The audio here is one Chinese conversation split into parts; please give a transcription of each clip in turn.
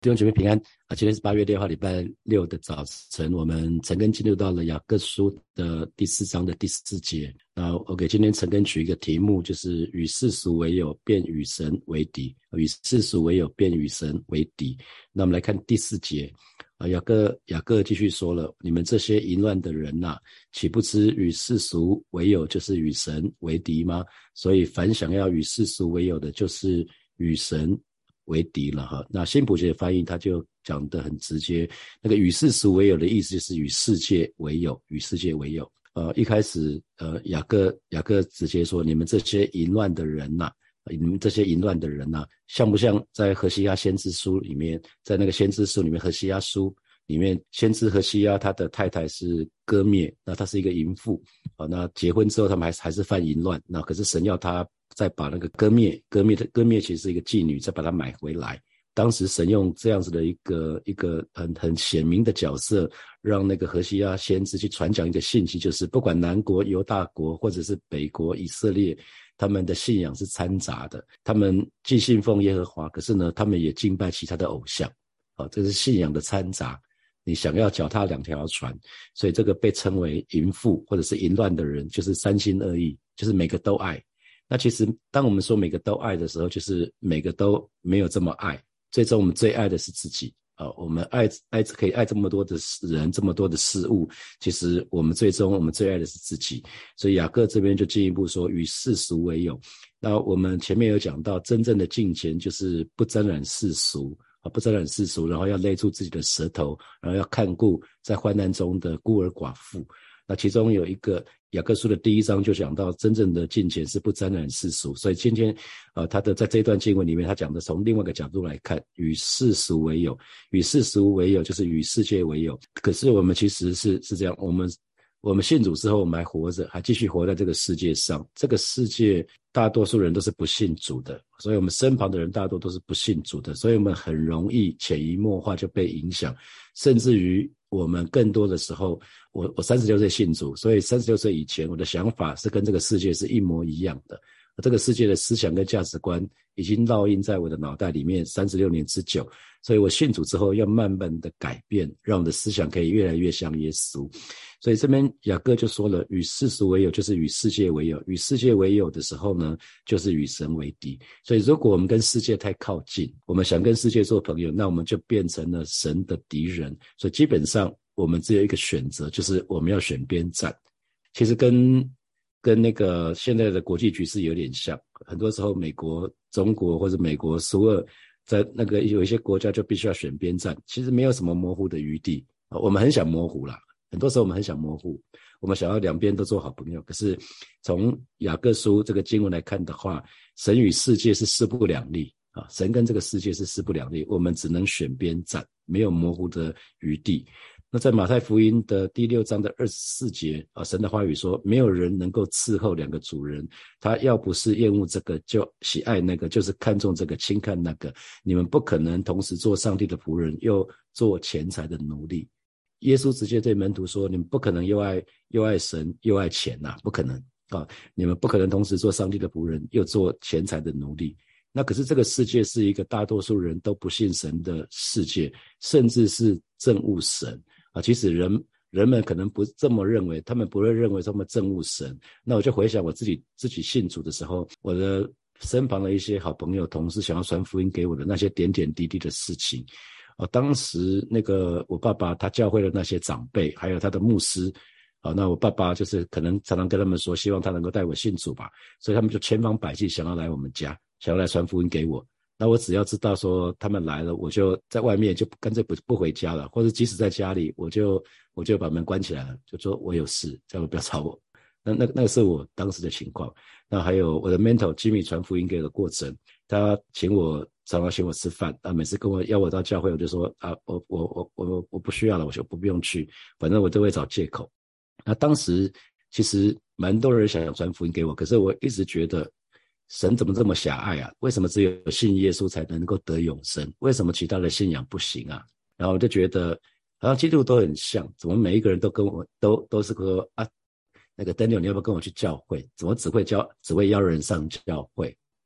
弟兄姐妹平安啊！今天是8月6号礼拜六的早晨，我们陈根进入到了雅各书的第4章的第4节。那我给今天陈根取一个题目，就是与世俗为友，便与神为敌。与世俗为友，便与神为敌。那我们来看第4节啊，雅各继续说了：你们这些淫乱的人呐，岂不知与世俗为友，就是与神为敌吗？所以凡想要与世俗为友的，就是与神为敌了哈。那新普学的翻译他就讲得很直接，那个与世俗为友的意思就是与世界为友，与世界为友。一开始雅各直接说：你们这些淫乱的人呐，你们这些淫乱的人呐，像不像在何西阿先知书里面，在那个先知书里面，何西阿书里面，先知何西阿他的太太是歌灭，那他是一个淫妇那结婚之后他们还是犯淫乱，那可是神要他再把那个歌灭其实是一个妓女，再把她买回来。当时神用这样子的一个很显明的角色，让那个何西阿先知去传讲一个信息，就是不管南国犹大国或者是北国以色列，他们的信仰是掺杂的，他们既信奉耶和华，可是呢他们也敬拜其他的偶像这是信仰的掺杂，你想要脚踏两条船，所以这个被称为淫妇或者是淫乱的人，就是三心二意，就是每个都爱。那其实当我们说每个都爱的时候，就是每个都没有这么爱，最终我们最爱的是自己我们可以爱这么多的人，这么多的事物，其实我们最最爱的是自己。所以雅各这边就进一步说与世俗为友。那我们前面有讲到，真正的敬虔就是不沾染世俗不沾染世俗，然后要勒住自己的舌头，然后要看顾在患难中的孤儿寡妇。那其中有一个雅各书的第1章就讲到，真正的敬虔是不沾染世俗。所以今天他的在这一段经文里面，他讲的从另外一个角度来看，与世俗为友，与世俗为友就是与世界为友。可是我们其实是这样，我们信主之后，我们还活着，还继续活在这个世界上。这个世界大多数人都是不信主的，所以我们身旁的人大多都是不信主的，所以我们很容易潜移默化就被影响，甚至于我们更多的时候，我36岁信主，所以36岁以前我的想法是跟这个世界是一模一样的，这个世界的思想跟价值观已经烙印在我的脑袋里面36年之久，所以我信主之后要慢慢的改变，让我的思想可以越来越像耶稣。所以这边雅各就说了，与世俗为友就是与世界为友，与世界为友的时候呢，就是与神为敌。所以如果我们跟世界太靠近，我们想跟世界做朋友，那我们就变成了神的敌人。所以基本上我们只有一个选择，就是我们要选边站。其实跟那个现在的国际局势有点像，很多时候美国、中国或者美国苏俄在那个有一些国家就必须要选边站，其实没有什么模糊的余地我们很想模糊啦，很多时候我们很想模糊，我们想要两边都做好朋友。可是从雅各书这个经文来看的话，神与世界是势不两立神跟这个世界是势不两立，我们只能选边站，没有模糊的余地。那在马太福音的第6章的24节神的话语说，没有人能够伺候两个主人，他要不是厌恶这个就喜爱那个，就是看重这个轻看那个，你们不可能同时做上帝的仆人又做钱财的奴隶。耶稣直接对门徒说，你们不可能又爱神又爱钱不可能你们不可能同时做上帝的仆人又做钱财的奴隶。那可是这个世界是一个大多数人都不信神的世界，甚至是憎恶神其实人们可能不这么认为，他们不会认为他们憎恶神。那我就回想我自己信主的时候，我的身旁的一些好朋友同事想要传福音给我的那些点点滴滴的事情当时那个我爸爸他教会的那些长辈还有他的牧师那我爸爸就是可能常常跟他们说，希望他能够带我信主吧，所以他们就千方百计想要来我们家，想要来传福音给我。那我只要知道说他们来了，我就在外面就干脆不回家了，或者即使在家里我就把门关起来了，就说我有事，叫我不要吵我。那个是我当时的情况。那还有我的 mentor Jimmy 传福音给我的过程，他常常请我吃饭每次邀我到教会，我就说我不需要了，我就不用去，反正我都会找借口。那当时其实蛮多人想传福音给我，可是我一直觉得神怎么这么狭隘为什么只有信耶稣才能够得永生？为什么其他的信仰不行然后我就觉得好像基督徒都很像，怎么每一个人都跟我都是说那个 Daniel 你要不要跟我去教会？怎么只会邀人上教会？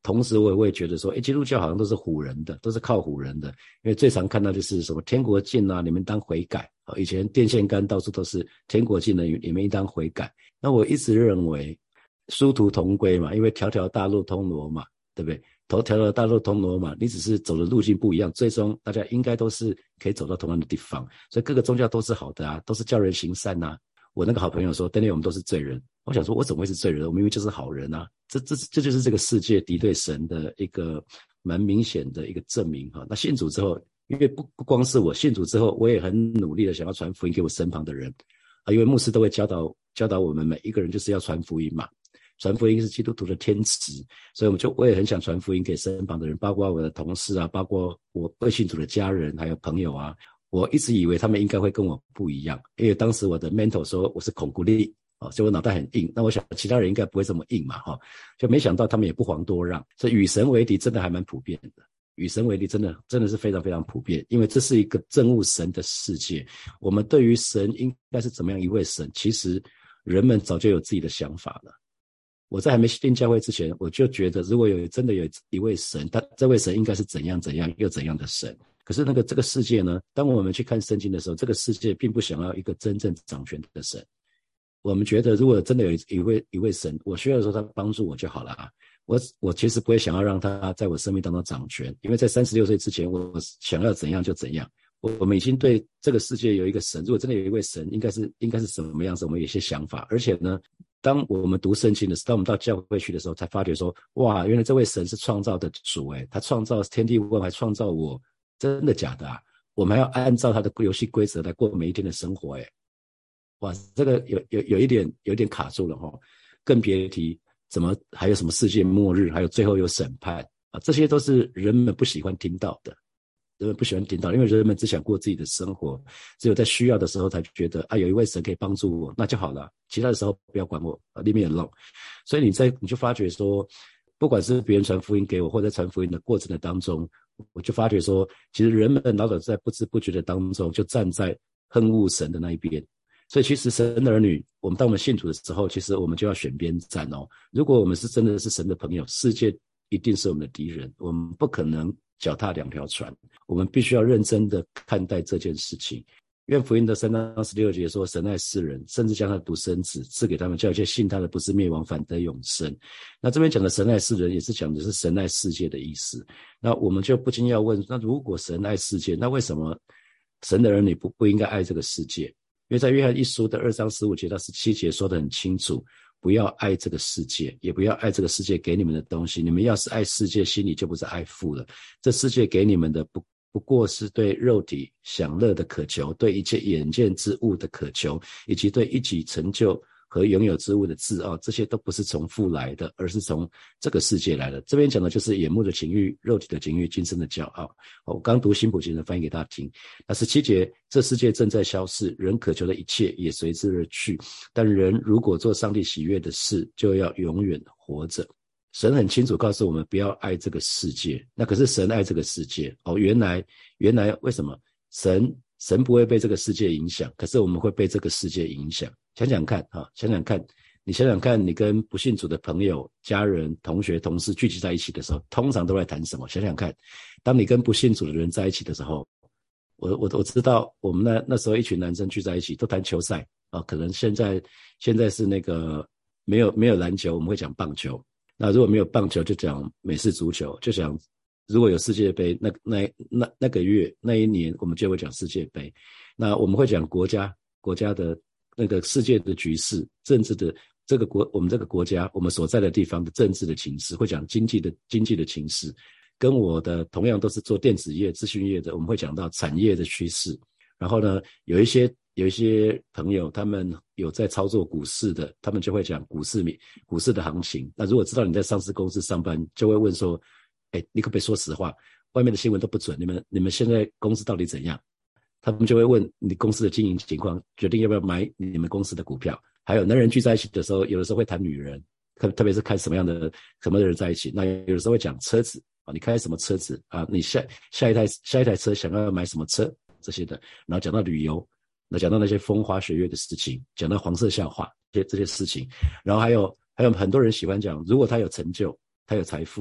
同时我也觉得说，基督教好像都是唬人的，都是靠唬人的，因为最常看到就是什么天国近啊，你们当悔改。以前电线杆到处都是天国近了，你们应当悔改。那我一直认为殊途同归嘛，因为条条大路通罗马，对不对？条条大路通罗马，你只是走的路径不一样，最终大家应该都是可以走到同样的地方。所以各个宗教都是好的啊，都是叫人行善啊。我那个好朋友说 Daniel 我们都是罪人，我想说我怎么会是罪人，我明明就是好人啊。这就是这个世界敌对神的一个蛮明显的一个证明哈。那信主之后，因为不光是我信主之后，我也很努力的想要传福音给我身旁的人啊，因为牧师都会教导我们每一个人就是要传福音嘛，传福音是基督徒的天职，所以我也很想传福音给身旁的人，包括我的同事啊，包括我未信主的家人还有朋友啊。我一直以为他们应该会跟我不一样，因为当时我的 mentor 说我是孔固力所以我脑袋很硬，那我想其他人应该不会这么硬嘛就没想到他们也不遑多让，所以与神为敌真的还蛮普遍的，与神为敌真的是非常非常普遍，因为这是一个憎恶神的世界。我们对于神应该是怎么样一位神，其实人们早就有自己的想法了。我在还没进教会之前，我就觉得如果真的有一位神，他这位神应该是怎样怎样又怎样的神。可是这个世界呢，当我们去看圣经的时候，这个世界并不想要一个真正掌权的神。我们觉得如果真的有一位神，我需要说他帮助我就好了啊。我其实不会想要让他在我生命当中掌权，因为在36岁之前，我想要怎样就怎样。我们已经对这个世界有一个神，如果真的有一位神，应该是什么样子，我们有一些想法。而且呢，当我们读圣经的时候，当我们到教会去的时候，才发觉说，哇，原来这位神是创造的主他创造天地万物，还创造我，真的假的啊？我们还要按照他的游戏规则来过每一天的生活哇，这个有一点卡住了更别提怎么还有什么世界末日，还有最后有审判啊，这些都是人们不喜欢听到的。人们不喜欢听到，因为人们只想过自己的生活，只有在需要的时候才觉得有一位神可以帮助我，那就好了，其他的时候不要管我，leave me alone。所以你就发觉说，不管是别人传福音给我，或者传福音的过程的当中，我就发觉说，其实人们老早在不知不觉的当中就站在恨恶神的那一边。所以其实神的儿女，当我们信主的时候，其实我们就要选边站如果我们是真的是神的朋友，世界一定是我们的敌人，我们不可能脚踏两条船，我们必须要认真的看待这件事情。约翰福音的3章16节说，神爱世人，甚至将他的独生子赐给他们，叫一切信他的不是灭亡，反得永生。那这边讲的神爱世人，也是讲的是神爱世界的意思。那我们就不禁要问，那如果神爱世界，那为什么神的儿女不应该爱这个世界？因为在约翰一书的2章15节到17节说得很清楚，不要爱这个世界，也不要爱这个世界给你们的东西。你们要是爱世界，心里就不是爱父了。这世界给你们的不过是对肉体享乐的渴求，对一切眼见之物的渴求，以及对一己成就和拥有之物的自傲，这些都不是从父来的，而是从这个世界来的。这边讲的就是眼目的情欲、肉体的情欲、今生的骄傲。我刚读新普金的翻译给大家听。那17节，这世界正在消逝，人渴求的一切也随之而去，但人如果做上帝喜悦的事，就要永远活着。神很清楚告诉我们不要爱这个世界，那可是神爱这个世界原来为什么神不会被这个世界影响，可是我们会被这个世界影响。想想看你想想看，你跟不信主的朋友、家人、同学、同事聚集在一起的时候，通常都在谈什么？想想看，当你跟不信主的人在一起的时候，我知道我们那时候一群男生聚在一起都谈球赛可能现在是那个没有篮球，我们会讲棒球。那如果没有棒球，就讲美式足球，就讲如果有世界杯，那个月那一年，我们就会讲世界杯。那我们会讲国家的那个世界的局势、政治的我们这个国家我们所在的地方的政治的情势，会讲经济的情势。跟我的同样都是做电子业、资讯业的，我们会讲到产业的趋势。然后呢，有一些朋友他们有在操作股市的，他们就会讲股市的行情。那如果知道你在上市公司上班，就会问说，你可不可以说实话？外面的新闻都不准，你们现在公司到底怎样？他们就会问你公司的经营情况，决定要不要买你们公司的股票。还有男人聚在一起的时候，有的时候会谈女人，特别是看什么的人在一起。那有的时候会讲车子你开什么车子你下一台车想要买什么车这些的。然后讲到旅游，那讲到那些风花雪月的事情，讲到黄色笑话这些事情。然后还有很多人喜欢讲，如果他有成就，他有财富，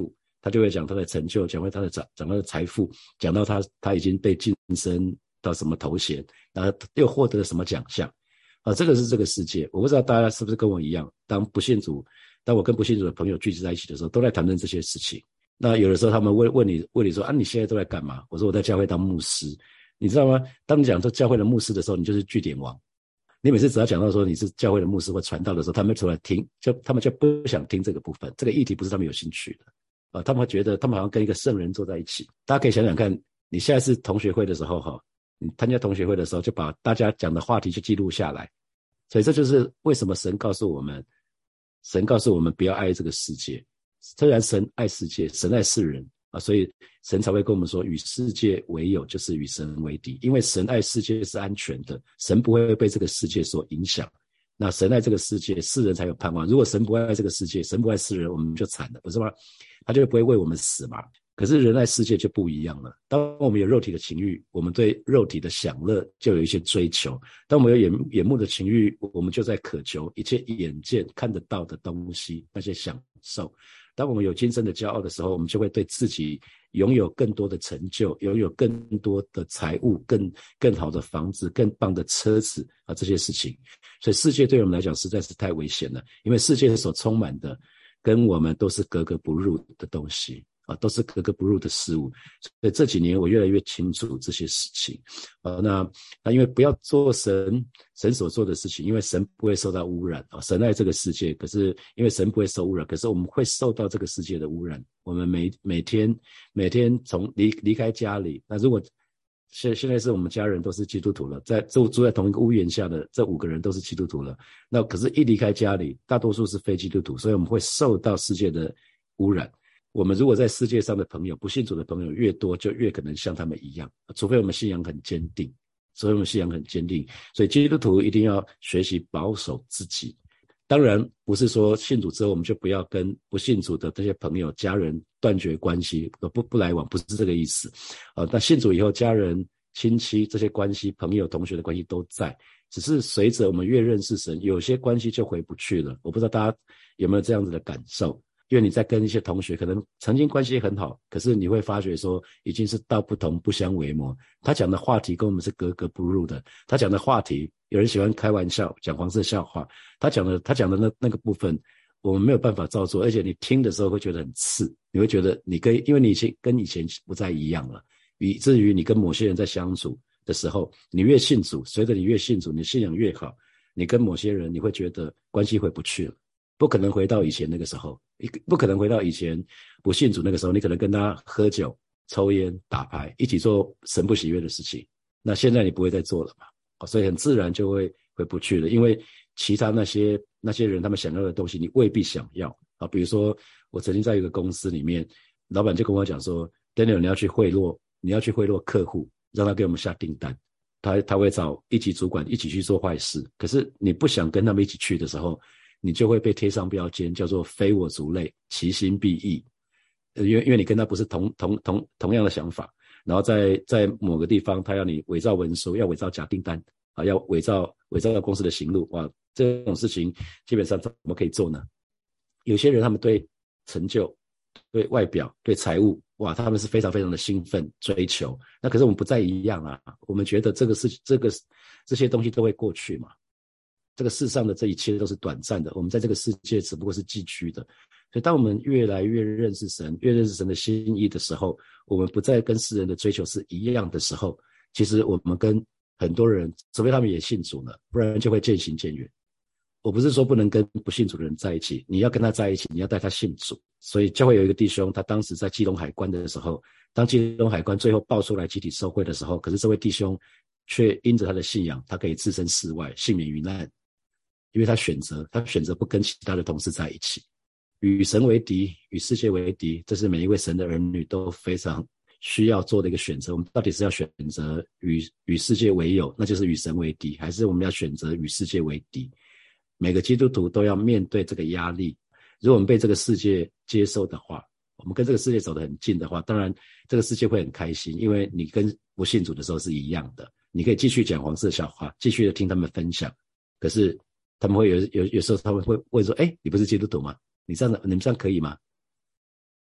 他就会讲他的成就，讲他的财富，讲到他已经被晋升到什么头衔，然后又获得了什么奖项。这个是这个世界。我不知道大家是不是跟我一样，当我跟不信主的朋友聚集在一起的时候，都在谈论这些事情。那有的时候他们问你说你现在都在干嘛？我说我在教会当牧师。你知道吗？当你讲说教会的牧师的时候，你就是句点王。你每次只要讲到说你是教会的牧师或传道的时候，他们出来听，他们就不想听这个部分，这个议题不是他们有兴趣的。他们会觉得他们好像跟一个圣人坐在一起。大家可以想想看，你现在是同学会的时候你参加同学会的时候，就把大家讲的话题就记录下来。所以这就是为什么神告诉我们不要爱这个世界。虽然神爱世界，神爱世人所以神才会跟我们说与世界为友就是与神为敌。因为神爱世界是安全的，神不会被这个世界所影响。那神爱这个世界，世人才有盼望。如果神不爱这个世界，神不爱世人，我们就惨了，不是吗？他就不会为我们死嘛。可是人爱世界就不一样了。当我们有肉体的情欲，我们对肉体的享乐就有一些追求。当我们有眼目的情欲，我们就在渴求一切眼见看得到的东西，那些享受。当我们有今生的骄傲的时候，我们就会对自己拥有更多的成就，拥有更多的财物，更好的房子，更棒的车子这些事情。所以世界对我们来讲实在是太危险了，因为世界所充满的跟我们都是格格不入的东西都是格格不入的事物。所以这几年我越来越清楚这些事情那因为不要做神所做的事情，因为神不会受到污染神爱这个世界，可是因为神不会受污染，可是我们会受到这个世界的污染。我们每天从离开家里，那如果现在是我们家人都是基督徒了，住在同一个屋檐下的这5个人都是基督徒了，那可是一离开家里，大多数是非基督徒，所以我们会受到世界的污染。我们如果在世界上的朋友，不信主的朋友越多，就越可能像他们一样，除非我们信仰很坚定。所以基督徒一定要学习保守自己。当然不是说信主之后我们就不要跟不信主的这些朋友家人断绝关系，不来往，不是这个意思但信主以后，家人亲戚这些关系，朋友同学的关系都在，只是随着我们越认识神，有些关系就回不去了。我不知道大家有没有这样子的感受，因为你在跟一些同学可能曾经关系很好，可是你会发觉说已经是道不同不相为谋，他讲的话题跟我们是格格不入的。他讲的话题，有人喜欢开玩笑讲黄色笑话，他讲的那个部分我们没有办法照做，而且你听的时候会觉得很刺，你会觉得因为你跟以前不再一样了，以至于你跟某些人在相处的时候，你越信主，随着你越信主，你信仰越好，你跟某些人你会觉得关系回不去了，不可能回到以前那个时候，不可能回到以前不信主那个时候，你可能跟他喝酒抽烟打牌，一起做神不喜悦的事情，那现在你不会再做了嘛所以很自然就会回不去了。因为其他那些人他们想要的东西你未必想要比如说我曾经在一个公司里面，老板就跟我讲说 Daniel 你要去贿赂客户，让他给我们下订单，他会找一级主管一起去做坏事，可是你不想跟他们一起去的时候，你就会被贴上标签，叫做非我族类，其心必异因为你跟他不是同样的想法，然后在某个地方他要你伪造文书，要伪造假订单要伪造公司的行录这种事情基本上怎么可以做呢？有些人他们对成就对外表对财务他们是非常非常的兴奋追求，那可是我们不再一样我们觉得这些东西都会过去嘛，这个世上的这一切都是短暂的，我们在这个世界只不过是寄居的。所以当我们越来越认识神，越认识神的心意的时候，我们不再跟世人的追求是一样的时候，其实我们跟很多人，除非他们也信主了，不然就会渐行渐远。我不是说不能跟不信主的人在一起，你要跟他在一起，你要带他信主。所以教会有一个弟兄，他当时在基隆海关的时候，当基隆海关最后爆出来集体受贿的时候，可是这位弟兄却因着他的信仰，他可以置身事外，幸免于难，因为他选择不跟其他的同事在一起。与神为敌，与世界为敌，这是每一位神的儿女都非常需要做的一个选择。我们到底是要选择与世界为友，那就是与神为敌，还是我们要选择与世界为敌？每个基督徒都要面对这个压力。如果我们被这个世界接受的话，我们跟这个世界走得很近的话，当然这个世界会很开心，因为你跟不信主的时候是一样的，你可以继续讲黄色笑话，继续的听他们分享。可是他们会有时候他们会问说，你不是基督徒吗？你们这样可以吗？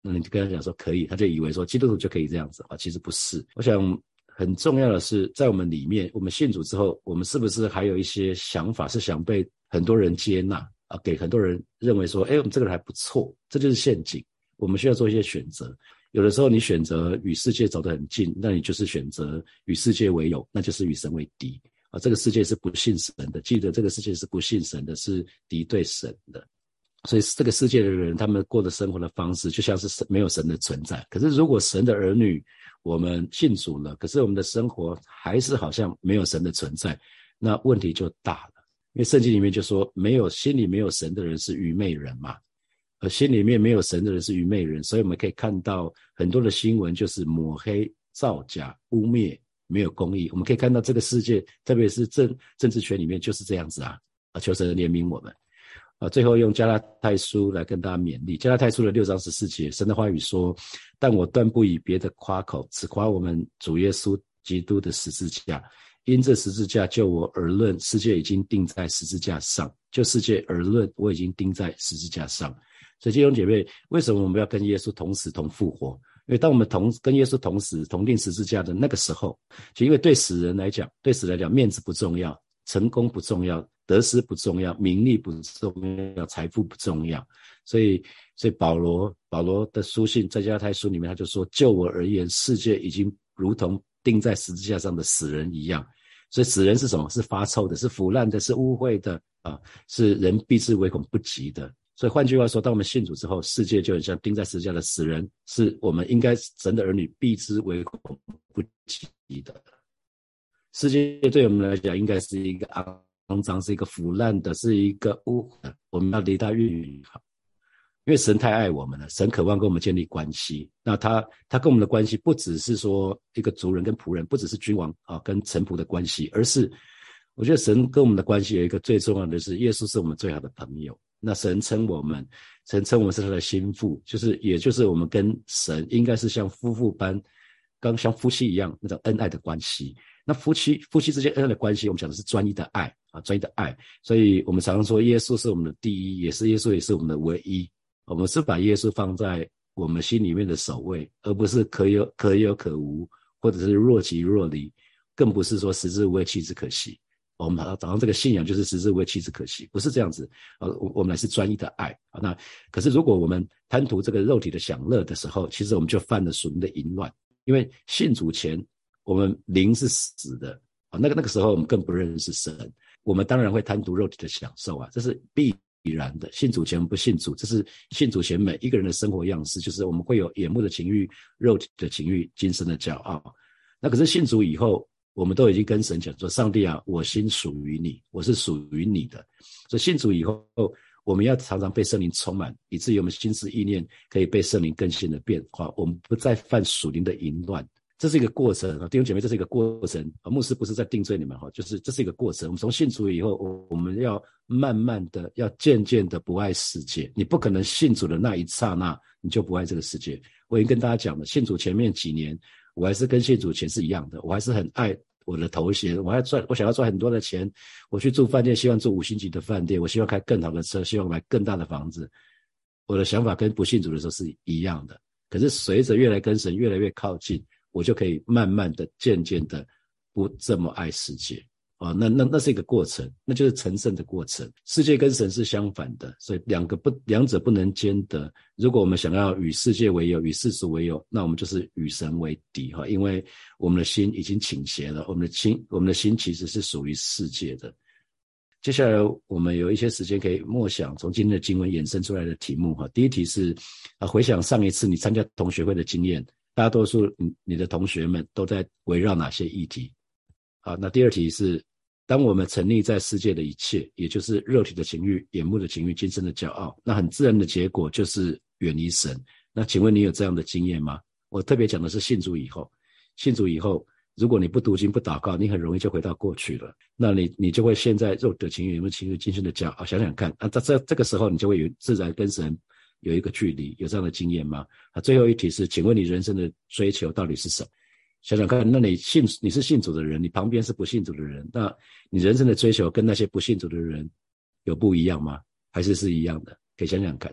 那你就跟他讲说可以，他就以为说基督徒就可以这样子啊，其实不是。我想很重要的是，在我们里面，我们信主之后，我们是不是还有一些想法是想被很多人接纳啊？给很多人认为说，我们这个人还不错，这就是陷阱。我们需要做一些选择。有的时候你选择与世界走得很近，那你就是选择与世界为友，那就是与神为敌啊！这个世界是不信神的，记得这个世界是不信神的，是敌对神的。所以这个世界的人，他们过的生活的方式就像是没有神的存在。可是如果神的儿女我们信主了，可是我们的生活还是好像没有神的存在，那问题就大了。因为圣经里面就说，心里没有神的人是愚昧人嘛，而心里面没有神的人是愚昧人。所以我们可以看到很多的新闻就是抹黑、造假、污蔑，没有公义。我们可以看到这个世界，特别是政治圈里面就是这样子啊！求神怜悯我们。最后用加拉太书来跟大家勉励。加拉太书的6章14节，神的话语说，但我断不以别的夸口，只夸我们主耶稣基督的十字架。因这十字架就我而论，世界已经钉在十字架上，就世界而论，我已经钉在十字架上。所以弟兄姐妹，为什么我们要跟耶稣同死同复活？因为当我们跟耶稣同死同钉十字架的那个时候，就因为对死人来讲，面子不重要，成功不重要，得失不重要，名利不重要，财富不重要。所以保罗的书信在加拉太书里面，他就说，就我而言，世界已经如同钉在十字架上的死人一样。所以死人是什么？是发臭的，是腐烂的，是污秽的啊，是人避之唯恐不及的。所以换句话说，当我们信主之后，世界就很像钉在十字架的死人，是我们应该神的儿女避之唯恐不及的。世界对我们来讲应该是一个肮脏，是一个腐烂的，是一个污秽的，我们要离它越远越好。因为神太爱我们了，神渴望跟我们建立关系。那他跟我们的关系不只是说一个族人跟仆人，不只是君王跟臣仆的关系，而是我觉得神跟我们的关系有一个最重要的是，耶稣是我们最好的朋友。那神称我们是他的心腹，也就是我们跟神应该是像夫妇般，像夫妻一样那种恩爱的关系。那夫妻之间恩爱的关系，我们讲的是专一的爱专一的爱。所以我们常常说耶稣是我们的第一，耶稣也是我们的唯一。我们是把耶稣放在我们心里面的首位，而不是可有可无，或者是若即若离，更不是说食之无味弃之可惜。我们早上这个信仰就是食之无味弃之可惜，不是这样子。我们乃是专一的爱。那可是如果我们贪图这个肉体的享乐的时候，其实我们就犯了属灵的淫乱。因为信主前我们灵是死的，那个时候我们更不认识神，我们当然会贪图肉体的享受这是必然的。信主前不信主，这是信主前每一个人的生活样式，就是我们会有眼目的情欲、肉体的情欲、今生的骄傲。那可是信主以后，我们都已经跟神讲说，上帝啊，我心属于你，我是属于你的。所以信主以后，我们要常常被圣灵充满，以至于我们心思意念可以被圣灵更新的变化，我们不再犯属灵的淫乱。这是一个过程弟兄姐妹，这是一个过程牧师不是在定罪你们就是这是一个过程。我们从信主以后，我们要慢慢的，要渐渐的不爱世界。你不可能信主的那一刹那你就不爱这个世界。我已经跟大家讲了，信主前面几年我还是跟信主前是一样的，我还是很爱我的头衔，我想要赚很多的钱，我去住饭店，希望住5星级的饭店，我希望开更好的车，希望买更大的房子。我的想法跟不信主的时候是一样的。可是随着越来跟神越来越靠近，我就可以慢慢的渐渐的不这么爱世界那是一个过程，那就是成圣的过程。世界跟神是相反的，所以两者不能兼得。如果我们想要与世界为友，与世俗为友，那我们就是与神为敌因为我们的心已经倾斜了，我们的心其实是属于世界的。接下来我们有一些时间可以默想从今天的经文衍生出来的题目第一题是回想上一次你参加同学会的经验，大多数你的同学们都在围绕哪些议题那第二题是，当我们沉溺在世界的一切，也就是肉体的情欲、眼目的情欲、今生的骄傲，那很自然的结果就是远离神。那请问你有这样的经验吗？我特别讲的是信主以后，如果你不读经不祷告，你很容易就回到过去了。那你就会陷在肉体的情欲、眼目的情欲、今生的骄傲。想想看这个时候你就会自然跟神有一个距离，有这样的经验吗？最后一题是，请问你人生的追求到底是什么？想想看，那你是信主的人，你旁边是不信主的人，那你人生的追求跟那些不信主的人有不一样吗？还是一样的？可以想想看。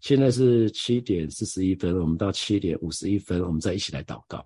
现在是7:41，我们到7:51，我们再一起来祷告。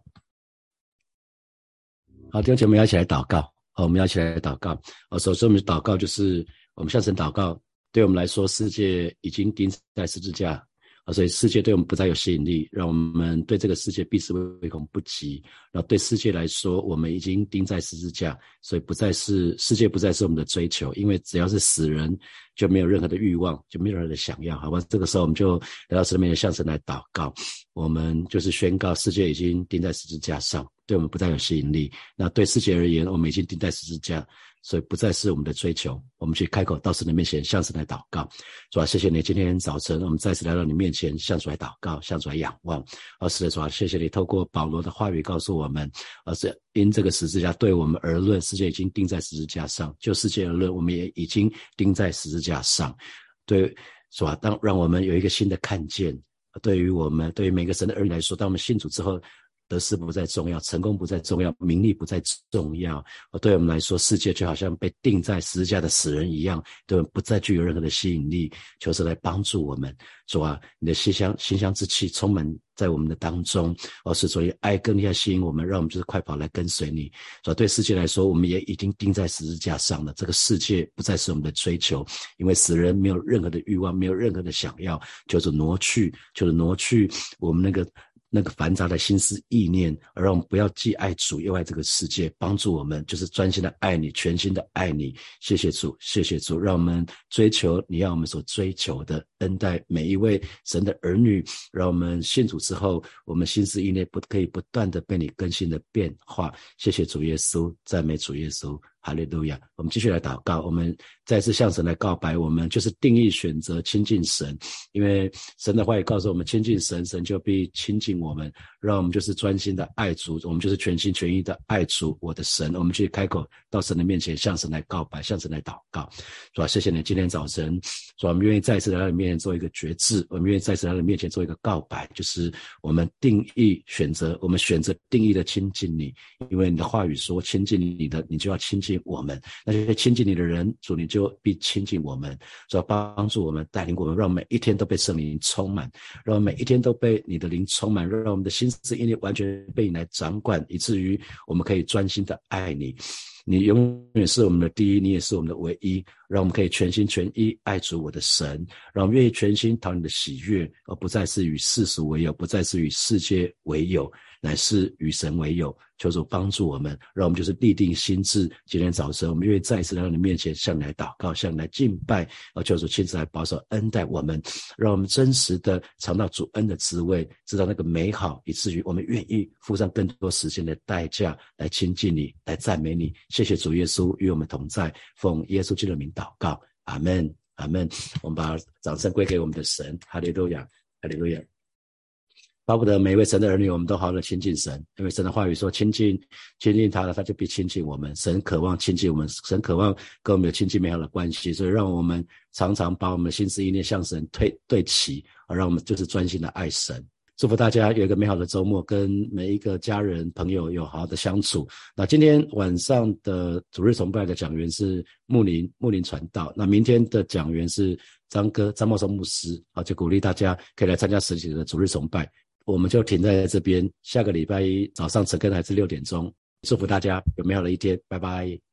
好，弟兄姐妹，我们要一起来祷告。好，我们要一起来祷告。首先我们祷告就是我们向神祷告，对我们来说，世界已经钉在十字架。所以世界对我们不再有吸引力，让我们对这个世界避之唯恐不及。然后对世界来说，我们已经钉在十字架，所以世界不再是我们的追求，因为只要是死人，就没有任何的欲望，就没有任何的想要。好吧，这个时候我们就来到神面前向神来祷告，我们就是宣告世界已经钉在十字架上，对我们不再有吸引力。那对世界而言，我们已经钉在十字架，所以不再是我们的追求。我们去开口到神的面前向神来祷告。主啊，谢谢你今天早晨我们再次来到你面前，向主来祷告，向主来仰望。是的，主啊，谢谢你透过保罗的话语告诉我们，是因这个十字架对我们而论，世界已经钉在十字架上，就世界而论，我们也已经钉在十字架上。对，主啊，让我们有一个新的看见，对于每个神的儿女来说，当我们信主之后，得失不再重要，成功不再重要，名利不再重要。对我们来说，世界就好像被钉在十字架的死人一样，对我们不再具有任何的吸引力。求神来帮助我们。主啊，你的馨香之气充满在我们的当中。是所以爱更加吸引我们，让我们就是快跑来跟随你。所以对世界来说，我们也已经钉在十字架上了。这个世界不再是我们的追求，因为死人没有任何的欲望，没有任何的想要，就是挪去我们那个繁杂的心思意念，而让我们不要既爱主又爱这个世界，帮助我们就是专心的爱你，全心的爱你。谢谢主，谢谢主，让我们追求你要我们所追求的，恩待每一位神的儿女，让我们信主之后，我们心思意念可以不断的被你更新的变化。谢谢主耶稣，赞美主耶稣，哈利路亚。我们继续来祷告，我们再次向神来告白，我们就是定义选择亲近神，因为神的话也告诉我们，亲近神，神就必亲近我们，让我们就是专心的爱主，我们就是全心全意的爱主我的神。我们去开口到神的面前，向神来告白，向神来祷告。主啊，谢谢你今天早晨，主啊，我们愿意再次来到你面前做一个决志，我们愿意再次来到你面前做一个告白，就是我们我们选择定义的亲近你，因为你的话语说亲近你的，你就要亲近我们，那些亲近你的人，主你就必亲近我们。主要帮助我们，带领我们，让我们每一天都被圣灵充满，让我们每一天都被你的灵充满，让我们的心思意念完全被你来掌管，以至于我们可以专心的爱你。你永远是我们的第一，你也是我们的唯一，让我们可以全心全意爱主我的神，让我们愿意全心讨你的喜悦，而不再是与世俗为友，不再是与世界为友，乃是与神为友。求主帮助我们，让我们就是立定心志，今天早晨我们愿意再一次来到你面前，向你来祷告，向你来敬拜，求主亲自来保守恩待我们，让我们真实的尝到主恩的滋味，知道那个美好，以至于我们愿意付上更多时间的代价来亲近你，来赞美你。谢谢主耶稣与我们同在，奉耶稣基督的名祷告，阿们，阿们。我们把掌声归给我们的神，哈利路亚，哈利路亚。巴不得每一位神的儿女，我们都好好的亲近神，因为神的话语说，亲近他了，他就必亲近我们。神渴望亲近我们，神渴望跟我们有亲近美好的关系，所以让我们常常把我们的心思意念向神对齐，让我们就是专心的爱神。祝福大家有一个美好的周末，跟每一个家人朋友有好好的相处。那今天晚上的主日崇拜的讲员是牧林传道，那明天的讲员是张茂松牧师，就鼓励大家可以来参加实体的主日崇拜。我们就停在这边，下个礼拜一早上晨更还是6点钟，祝福大家有美好的一天，拜拜。